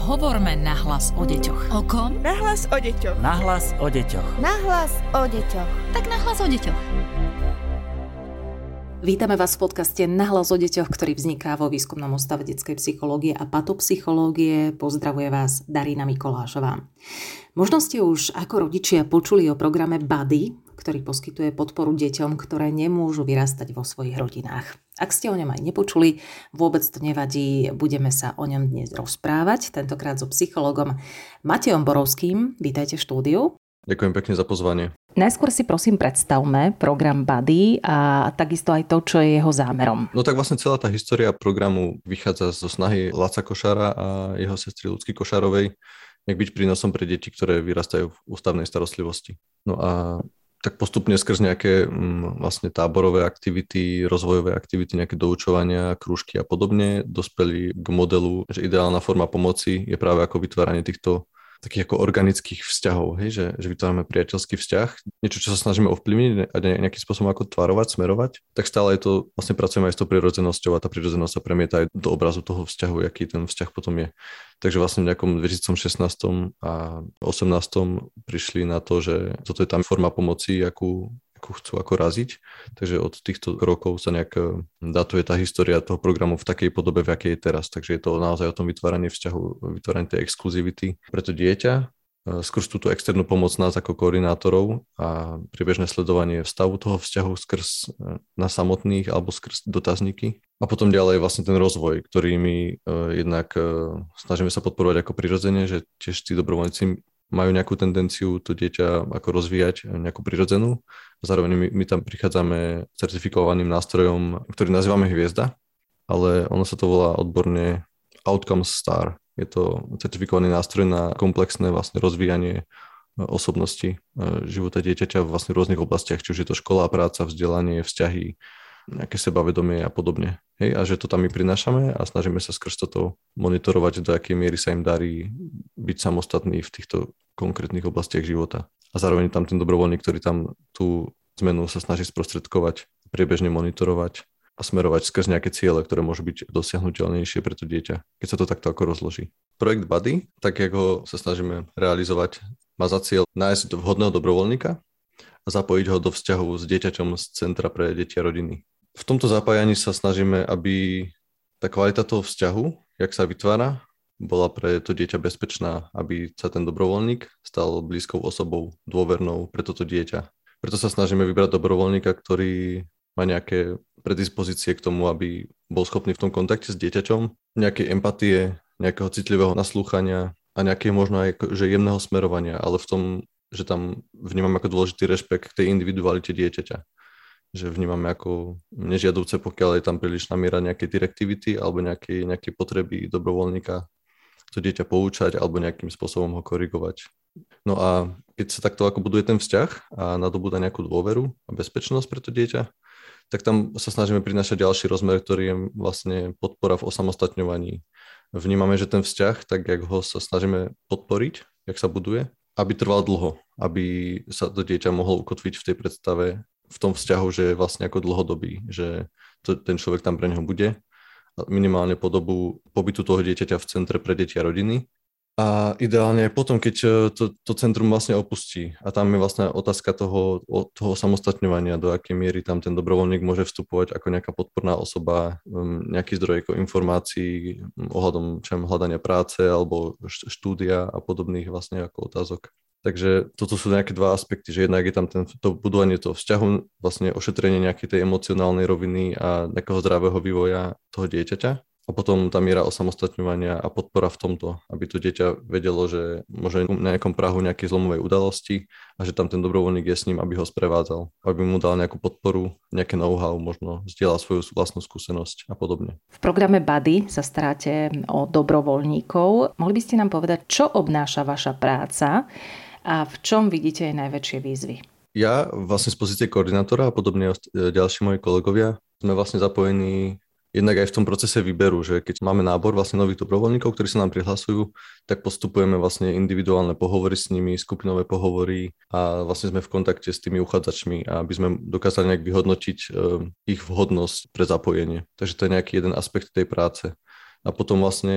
Hovorme nahlas o deťoch. O kom? Nahlas o deťoch. Nahlas o deťoch. Nahlas o deťoch. Tak nahlas o deťoch. Vítame vás v podcaste Nahlas o deťoch, ktorý vzniká vo Výskumnom ústave detskej psychológie a patopsychológie. Pozdravuje vás Darina Mikolášová. Možno ste už ako rodičia počuli o programe Buddy, ktorý poskytuje podporu deťom, ktoré nemôžu vyrastať vo svojich rodinách. Ak ste o ňom aj nepočuli, vôbec to nevadí, budeme sa o ňom dnes rozprávať, tentokrát so psychológom Matejom Borovským. Vítajte v štúdiu. Ďakujem pekne za pozvanie. Najskôr si prosím predstavme program Buddy a takisto aj to, čo je jeho zámerom. No tak vlastne celá tá história programu vychádza zo snahy Laca Košára a jeho sestry Ľudsky Košárovej nejak byť prínosom pre deti, ktoré vyrastajú v ústavnej starostlivosti. No a tak postupne skrz nejaké vlastne táborové aktivity, rozvojové aktivity, nejaké doučovania, krúžky a podobne dospeli k modelu, že ideálna forma pomoci je práve ako vytváranie týchto takých ako organických vzťahov, hej? Že vytvárame priateľský vzťah, niečo, čo sa snažíme ovplyvniť a nejakým spôsobom ako tvarovať, smerovať, tak stále je to, vlastne pracujeme aj s tou prirodzenosťou a tá prirodzenosť sa premieta aj do obrazu toho vzťahu, aký ten vzťah potom je. Takže vlastne v nejakom 2016 a 2018 prišli na to, že toto je tá forma pomoci, akú chcú ako raziť. Takže od týchto rokov sa nejak datuje tá história toho programu v takej podobe, v akej je teraz. Takže je to naozaj o tom vytváraní vzťahu, vytváraní tej exkluzivity pre to dieťa, skrz túto externú pomoc nás ako koordinátorov a priebežné sledovanie stavu toho vzťahu skrz na samotných alebo skrz dotazníky. A potom ďalej vlastne ten rozvoj, ktorý my jednak snažíme sa podporovať ako prirodzene, že tiež tí dobrovoľníci majú nejakú tendenciu to dieťa ako rozvíjať nejakú prirodzenú. Zároveň my tam prichádzame certifikovaným nástrojom, ktorý nazývame Hviezda, ale ono sa to volá odborne Outcome Star. Je to certifikovaný nástroj na komplexné vlastne rozvíjanie osobnosti života dieťaťa v vlastne rôznych oblastiach, či už je to škola, práca, vzdelanie, vzťahy, nejaké sebavedomie a podobne. Hej, a že to tam my prinášame a snažíme sa skrz toto monitorovať, do akej miery sa im darí byť samostatní v týchto konkrétnych oblastiach života. A zároveň tam ten dobrovoľník, ktorý tam tú zmenu sa snaží sprostredkovať, priebežne monitorovať a smerovať skrz nejaké ciele, ktoré môžu byť dosiahnuteľnejšie pre to dieťa, keď sa to takto ako rozloží. Projekt Buddy, tak ako sa snažíme realizovať, má za cieľ nájsť vhodného dobrovoľníka a zapojiť ho do vzťahu s dieťaťom z Centra pre deti a rodiny. V tomto zapájaní sa snažíme, aby tá kvalita toho vzťahu, jak sa vytvára, bola pre to dieťa bezpečná, aby sa ten dobrovoľník stal blízkou osobou, dôvernou pre toto dieťa. Preto sa snažíme vybrať dobrovoľníka, ktorý má nejaké predispozície k tomu, aby bol schopný v tom kontakte s dieťaťom, nejakej empatie, nejakého citlivého naslúchania a nejakého možno aj že jemného smerovania, ale v tom, že tam vnímam ako dôležitý rešpekt k tej individualite dieťaťa. Že vnímame ako nežiaduce, pokiaľ je tam prílišná miera nejakej direktivity alebo nejakej potreby dobrovoľníka to dieťa poučať alebo nejakým spôsobom ho korigovať. No a keď sa takto ako buduje ten vzťah a nadobúda nejakú dôveru a bezpečnosť pre to dieťa, tak tam sa snažíme prinášať ďalší rozmer, ktorý je vlastne podpora v osamostatňovaní. Vnímame, že ten vzťah, tak jak ho sa snažíme podporiť, jak sa buduje, aby trval dlho, aby sa to dieťa mohlo ukotviť v tej predstave, v tom vzťahu, že je vlastne ako dlhodobý, že ten človek tam pre neho bude minimálne po dobu pobytu toho dieťaťa v Centre pre deti a rodiny. A ideálne aj potom, keď to centrum vlastne opustí. A tam je vlastne otázka toho samostatňovania, do akej miery tam ten dobrovoľník môže vstupovať ako nejaká podporná osoba, nejaký zdroj ako informácií ohľadom hľadania práce alebo štúdia a podobných vlastne ako otázok. Takže toto sú nejaké dva aspekty, že jednak je tam to budovanie toho vzťahu, vlastne ošetrenie nejakej tej emocionálnej roviny a nejakého zdravého vývoja toho dieťaťa. A potom tá miera osamostatňovania a podpora v tomto, aby to dieťa vedelo, že môže na nejakom prahu nejakej zlomovej udalosti a že tam ten dobrovoľník je s ním, aby ho sprevádzal, aby mu dal nejakú podporu, nejaké know-how, možno zdieľal svoju vlastnú skúsenosť a podobne. V programe Buddy sa staráte o dobrovoľníkov. Mohli by ste nám povedať, čo obnáša vaša práca a v čom vidíte aj najväčšie výzvy? Ja vlastne z pozície koordinátora a podobne ďalší moji kolegovia sme vlastne zapojení jednak aj v tom procese výberu, že keď máme nábor vlastne nových dobrovoľníkov, ktorí sa nám prihlasujú, tak postupujeme vlastne individuálne pohovory s nimi, skupinové pohovory a vlastne sme v kontakte s tými uchádzačmi, aby sme dokázali nejak vyhodnotiť ich vhodnosť pre zapojenie. Takže to je nejaký jeden aspekt tej práce. A potom vlastne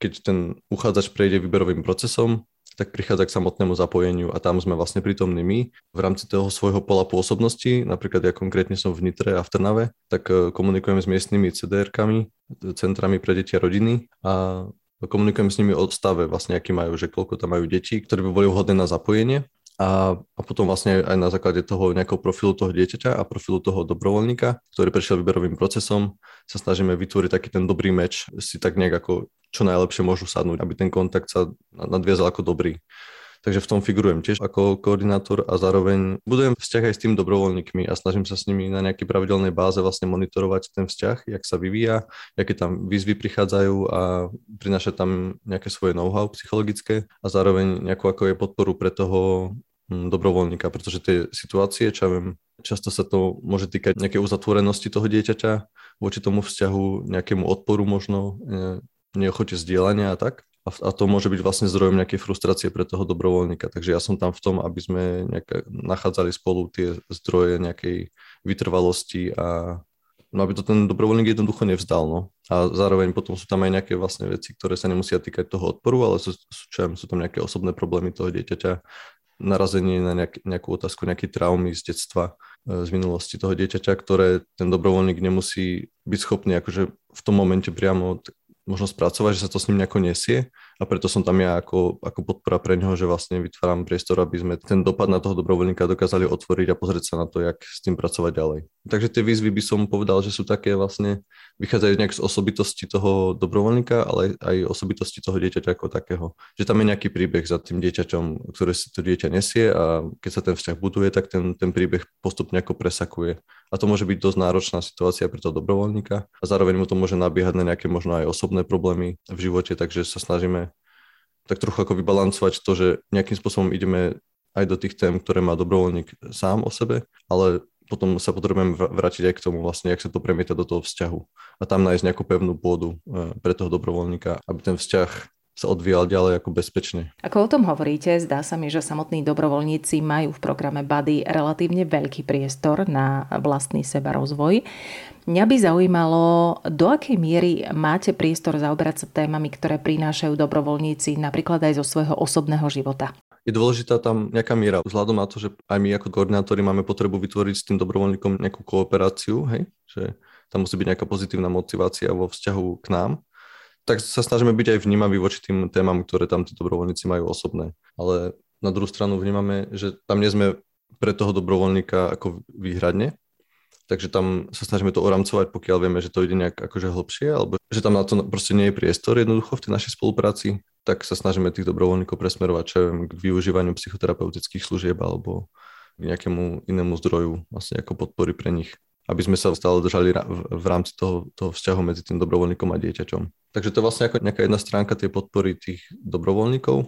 keď ten uchádzač prejde výberovým procesom, tak prichádza k samotnému zapojeniu a tam sme vlastne prítomní my v rámci toho svojho pola pôsobnosti. Napríklad ja konkrétne som v Nitre a v Trnave, tak komunikujem s miestnymi CDR-kami, centrami pre deti a rodiny a komunikujem s nimi o stave, vlastne aký majú, že koľko tam majú detí, ktoré by boli vhodné na zapojenie. A potom vlastne aj na základe toho nejakého profilu toho dieťaťa a profilu toho dobrovoľníka, ktorý prešiel výberovým procesom, sa snažíme vytvoriť taký ten dobrý meč, si tak nejak ako čo najlepšie môžu sadnúť, aby ten kontakt sa nadviazal ako dobrý. Takže v tom figurujem tiež ako koordinátor a zároveň budujem vzťah aj s tým dobrovoľníkmi a snažím sa s nimi na nejakej pravidelnej báze vlastne monitorovať ten vzťah, jak sa vyvíja, aké tam výzvy prichádzajú a prinášať tam nejaké svoje know-how psychologické a zároveň nejakú ako je podporu pre toho dobrovoľníka, pretože tie situácie, čo ja viem, často sa to môže týkať nejakej uzatvorenosti toho dieťaťa voči tomu vzťahu, nejakému odporu možno, neochote zdieľania a tak. A to môže byť vlastne zdrojom nejakej frustrácie pre toho dobrovoľníka. Takže ja som tam v tom, aby sme nachádzali spolu tie zdroje nejakej vytrvalosti a aby to ten dobrovoľník jednoducho nevzdal. No. A zároveň potom sú tam aj nejaké vlastne veci, ktoré sa nemusia týkať toho odporu, ale sú tam nejaké osobné problémy toho dieťaťa, narazenie na nejakú otázku, nejaké traumy z detstva, z minulosti toho dieťaťa, ktoré ten dobrovoľník nemusí byť schopný akože v tom momente priamo možno spracovať, že sa to s ním nejako nesie a preto som tam ja ako podpora pre neho, že vlastne vytváram priestor, aby sme ten dopad na toho dobrovoľníka dokázali otvoriť a pozrieť sa na to, jak s tým pracovať ďalej. Takže tie výzvy by som povedal, že sú také vlastne, vychádzajú nejak z osobitosti toho dobrovoľníka, ale aj osobitosti toho dieťaťa ako takého. Že tam je nejaký príbeh za tým dieťaťom, ktoré si to dieťa nesie a keď sa ten vzťah buduje, tak ten príbeh postupne ako presakuje. A to môže byť dosť náročná situácia pre toho dobrovoľníka a zároveň mu to môže nabiehať na nejaké možno aj osobné problémy v živote, takže sa snažíme tak trochu ako vybalancovať to, že nejakým spôsobom ideme aj do tých tém, ktoré má dobrovoľník sám o sebe, ale potom sa potrebujeme vrátiť aj k tomu vlastne, jak sa to premieta do toho vzťahu a tam nájsť nejakú pevnú pôdu pre toho dobrovoľníka, aby ten vzťah sa odvíjal ďalej ako bezpečne. Ako o tom hovoríte, zdá sa mi, že samotní dobrovoľníci majú v programe Buddy relatívne veľký priestor na vlastný sebarozvoj. Mňa by zaujímalo, do akej miery máte priestor zaoberať sa témami, ktoré prinášajú dobrovoľníci napríklad aj zo svojho osobného života. Je dôležitá tam nejaká miera, vzhľadom na to, že aj my ako koordinátori máme potrebu vytvoriť s tým dobrovoľníkom nejakú kooperáciu, hej? Že tam musí byť nejaká pozitívna motivácia vo vzťahu k nám. Tak sa snažíme byť aj vnímaví voči tým témam, ktoré tam tí dobrovoľníci majú osobné. Ale na druhú stranu vnímame, že tam nie sme pre toho dobrovoľníka ako výhradne, takže tam sa snažíme to oramcovať, pokiaľ vieme, že to ide nejak akože hlbšie, alebo že tam na to proste nie je priestor jednoducho v tej našej spolupráci, tak sa snažíme tých dobrovoľníkov presmerovať k využívaniu psychoterapeutických služieb alebo k nejakému inému zdroju vlastne ako podpory pre nich, aby sme sa stále držali v rámci toho vzťahu medzi tým dobrovoľníkom a dieťaťom. Takže to je vlastne ako nejaká jedna stránka tej podpory tých dobrovoľníkov,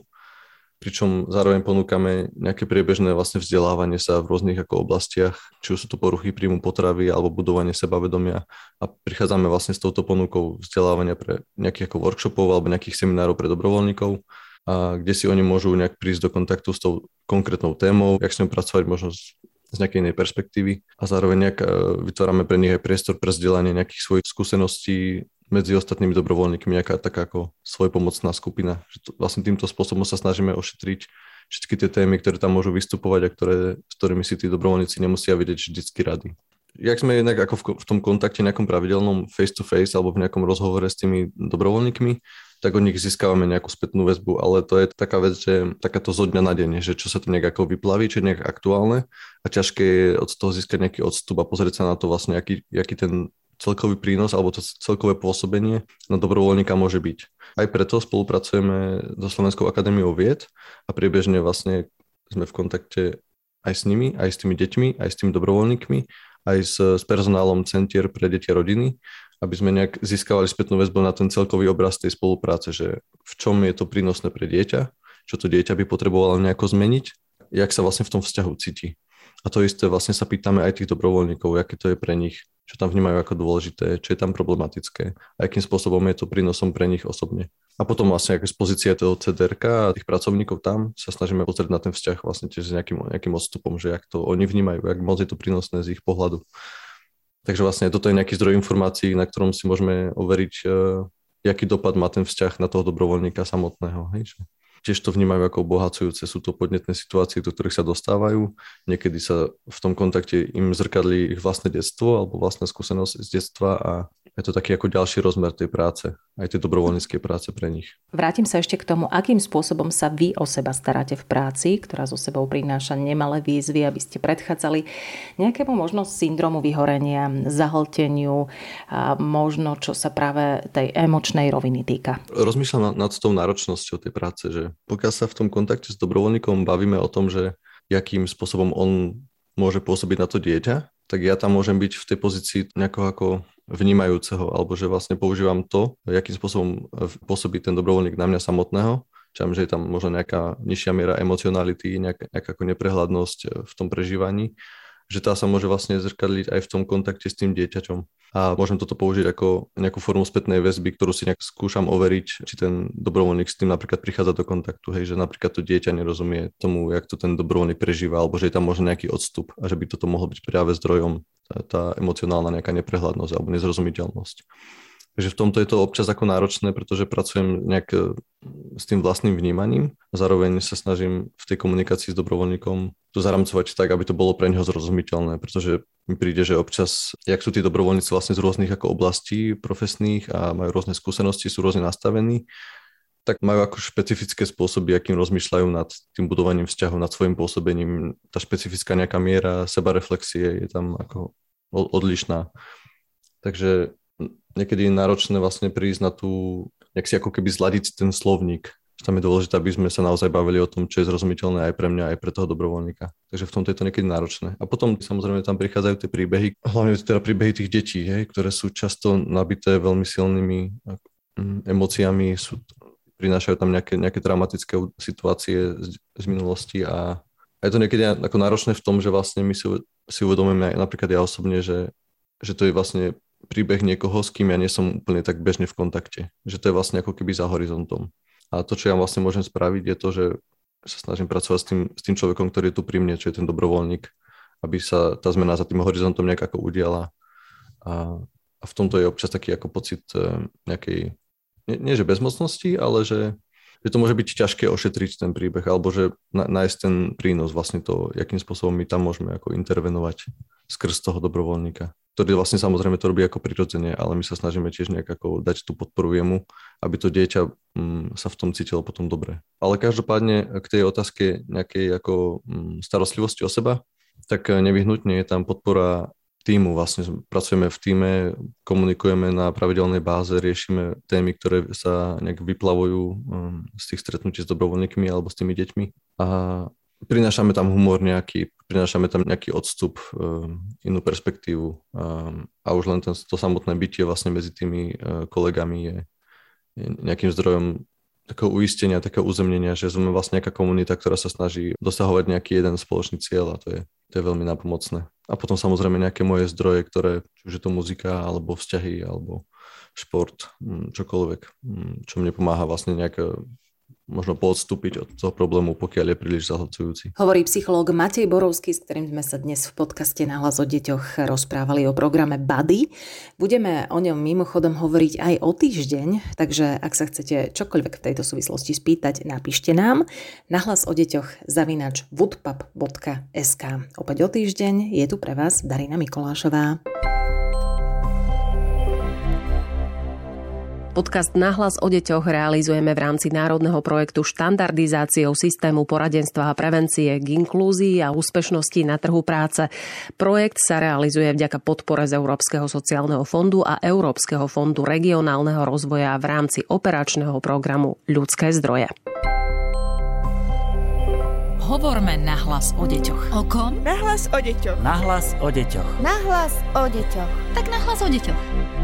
pričom zároveň ponúkame nejaké priebežné vlastne vzdelávanie sa v rôznych ako oblastiach, či už sú to poruchy príjmu potravy alebo budovanie sebavedomia a prichádzame vlastne s touto ponukou vzdelávania pre nejakých ako workshopov alebo nejakých seminárov pre dobrovoľníkov, a kde si oni môžu nejak prísť do kontaktu s tou konkrétnou témou, jak s ňou pracovať možno z nejakej inej perspektívy a zároveň nejak vytvárame pre nich aj priestor pre zdieľanie nejakých svojich skúseností medzi ostatnými dobrovoľníkmi, nejaká taká ako svojpomocná skupina. Vlastne týmto spôsobom sa snažíme ošetriť všetky tie témy, ktoré tam môžu vystupovať a s ktorými si tí dobrovoľníci nemusia vedieť vždycky rady. Jak sme jednak ako v tom kontakte nejakom pravidelnom face to face alebo v nejakom rozhovore s tými dobrovoľníkmi, tak od nich získavame nejakú spätnú väzbu, ale to je taká vec, že takáto zo dňa na deň, že čo sa tam nejak ako vyplaví, čo je nejak aktuálne a ťažké je od toho získať nejaký odstup a pozrieť sa na to vlastne, aký ten celkový prínos alebo to celkové pôsobenie na dobrovoľníka môže byť. Aj preto spolupracujeme so Slovenskou akadémiou vied a priebežne vlastne sme v kontakte aj s nimi, aj s tými deťmi, aj s tými dobrovoľníkmi, aj s personálom centier pre deti a rodiny, aby sme nejak získavali spätnú väzbu na ten celkový obraz tej spolupráce, že v čom je to prínosné pre dieťa, čo to dieťa by potrebovalo nejako zmeniť, jak sa vlastne v tom vzťahu cíti. A to isté vlastne sa pýtame aj tých dobrovoľníkov, aké to je pre nich, čo tam vnímajú ako dôležité, čo je tam problematické a akým spôsobom je to prínosom pre nich osobne. A potom vlastne z pozície toho CDR-ka a tých pracovníkov tam sa snažíme pozrieť na ten vzťah vlastne tiež s nejakým odstupom, že jak to oni vnímajú, jak moc je to prínosné z ich pohľadu. Takže vlastne toto je nejaký zdroj informácií, na ktorom si môžeme overiť jaký dopad má ten vzťah na toho dobrovoľníka samotného. Hej? Tiež to vnímajú ako obohacujúce. Sú to podnetné situácie, do ktorých sa dostávajú. Niekedy sa v tom kontakte im zrkadlí ich vlastné detstvo alebo vlastná skúsenosť z detstva a je to taký ako ďalší rozmer tej práce, aj tej dobrovoľníckej práce pre nich. Vrátim sa ešte k tomu, akým spôsobom sa vy o seba staráte v práci, ktorá so sebou prináša nemalé výzvy, aby ste predchádzali nejakému možno syndromu vyhorenia, zahlteniu a možno, čo sa práve tej emočnej roviny týka. Rozmýšľam nad tou náročnosťou tej práce, že pokiaľ sa v tom kontakte s dobrovoľníkom bavíme o tom, že akým spôsobom on môže pôsobiť na to dieťa, tak ja tam môžem byť v tej pozícii nejakého ako vnímajúceho, alebo že vlastne používam to, akým spôsobom pôsobí ten dobrovoľník na mňa samotného, že je tam možno nejaká nižšia miera emocionality, nejaká ako neprehľadnosť v tom prežívaní, že tá sa môže vlastne zrkadliť aj v tom kontakte s tým dieťaťom. A môžem toto použiť ako nejakú formu spätnej väzby, ktorú si nejak skúšam overiť, či ten dobrovoľník s tým napríklad prichádza do kontaktu, hej, že napríklad to dieťa nerozumie tomu, jak to ten dobrovoľník prežíva, alebo že je tam možno nejaký odstup a že by toto mohlo byť práve zdrojom tá emocionálna nejaká neprehľadnosť alebo nezrozumiteľnosť. Takže v tomto je to občas ako náročné, pretože pracujem nejak s tým vlastným vnímaním a zároveň sa snažím v tej komunikácii s dobrovoľníkom to zaramcovať tak, aby to bolo pre neho zrozumiteľné, pretože mi príde, že občas, jak sú tí dobrovoľníci vlastne z rôznych ako oblastí profesných a majú rôzne skúsenosti, sú rôzne nastavení, tak majú ako špecifické spôsoby, akým rozmýšľajú nad tým budovaním vzťahu, nad svojim pôsobením. Tá špecifická nejaká miera sebareflexie je tam ako odlišná. Takže niekedy je náročné vlastne prísť na tú, jak si ako keby zladiť ten slovník. Tam je dôležité, aby sme sa naozaj bavili o tom, čo je zrozumiteľné aj pre mňa, aj pre toho dobrovoľníka. Takže v tomto je to niekedy náročné. A potom samozrejme tam prichádzajú tie príbehy, hlavne teda príbehy tých detí, hej, ktoré sú často nabité veľmi silnými emóciami, prinášajú tam nejaké dramatické situácie z minulosti a je to niekedy ako náročné v tom, že vlastne my si uvedomujeme napríklad ja osobne, že to je vlastne príbeh niekoho, s kým ja nie som úplne tak bežne v kontakte. Že to je vlastne ako keby za horizontom. A to, čo ja vlastne môžem spraviť, je to, že sa snažím pracovať s tým človekom, ktorý je tu pri mne, čo je ten dobrovoľník, aby sa tá zmena za tým horizontom nejak ako udiala. A v tomto je občas taký ako pocit nejakej, nie že bezmocnosti, ale že to môže byť ťažké ošetriť ten príbeh, alebo že nájsť ten prínos, vlastne to, akým spôsobom my tam môžeme ako intervenovať skrz toho dobrovoľníka, ktorý vlastne samozrejme to robí ako prirodzene, ale my sa snažíme tiež nejak ako dať tú podporu jemu, aby to dieťa sa v tom cítilo potom dobre. Ale každopádne k tej otázke nejakej ako starostlivosti o seba, tak nevyhnutne je tam podpora tímu. Vlastne pracujeme v tíme, komunikujeme na pravidelnej báze, riešime témy, ktoré sa nejak vyplavujú z tých stretnutí s dobrovoľníkmi alebo s tými deťmi a prinášame tam humor nejaký, prinášame tam nejaký odstup, inú perspektívu a už len to samotné bytie vlastne medzi tými kolegami je nejakým zdrojom takého uistenia, takého uzemnenia, že sme vlastne nejaká komunita, ktorá sa snaží dosahovať nejaký jeden spoločný cieľ a to je veľmi nápomocné. A potom samozrejme nejaké moje zdroje, ktoré, či už je to muzika, alebo vzťahy, alebo šport, čokoľvek, čo mne pomáha vlastne nejak možno poodstúpiť od toho problému, pokiaľ je príliš zahlcujúci. Hovorí psychológ Matej Borovský, s ktorým sme sa dnes v podcaste Nahlas o deťoch rozprávali o programe Buddy. Budeme o ňom mimochodom hovoriť aj o týždeň, takže ak sa chcete čokoľvek v tejto súvislosti spýtať, napíšte nám nahlasodeťoch@woodpub.sk. Opäť o týždeň je tu pre vás Darina Mikolášová. Podcast Nahlas o deťoch realizujeme v rámci národného projektu štandardizáciou systému poradenstva a prevencie k inklúzii a úspešnosti na trhu práce. Projekt sa realizuje vďaka podpore z Európskeho sociálneho fondu a Európskeho fondu regionálneho rozvoja v rámci operačného programu Ľudské zdroje. Hovorme nahlas o deťoch. O kom? Nahlas o deťoch. Nahlas o deťoch. Nahlas o deťoch. Tak nahlas o deťoch.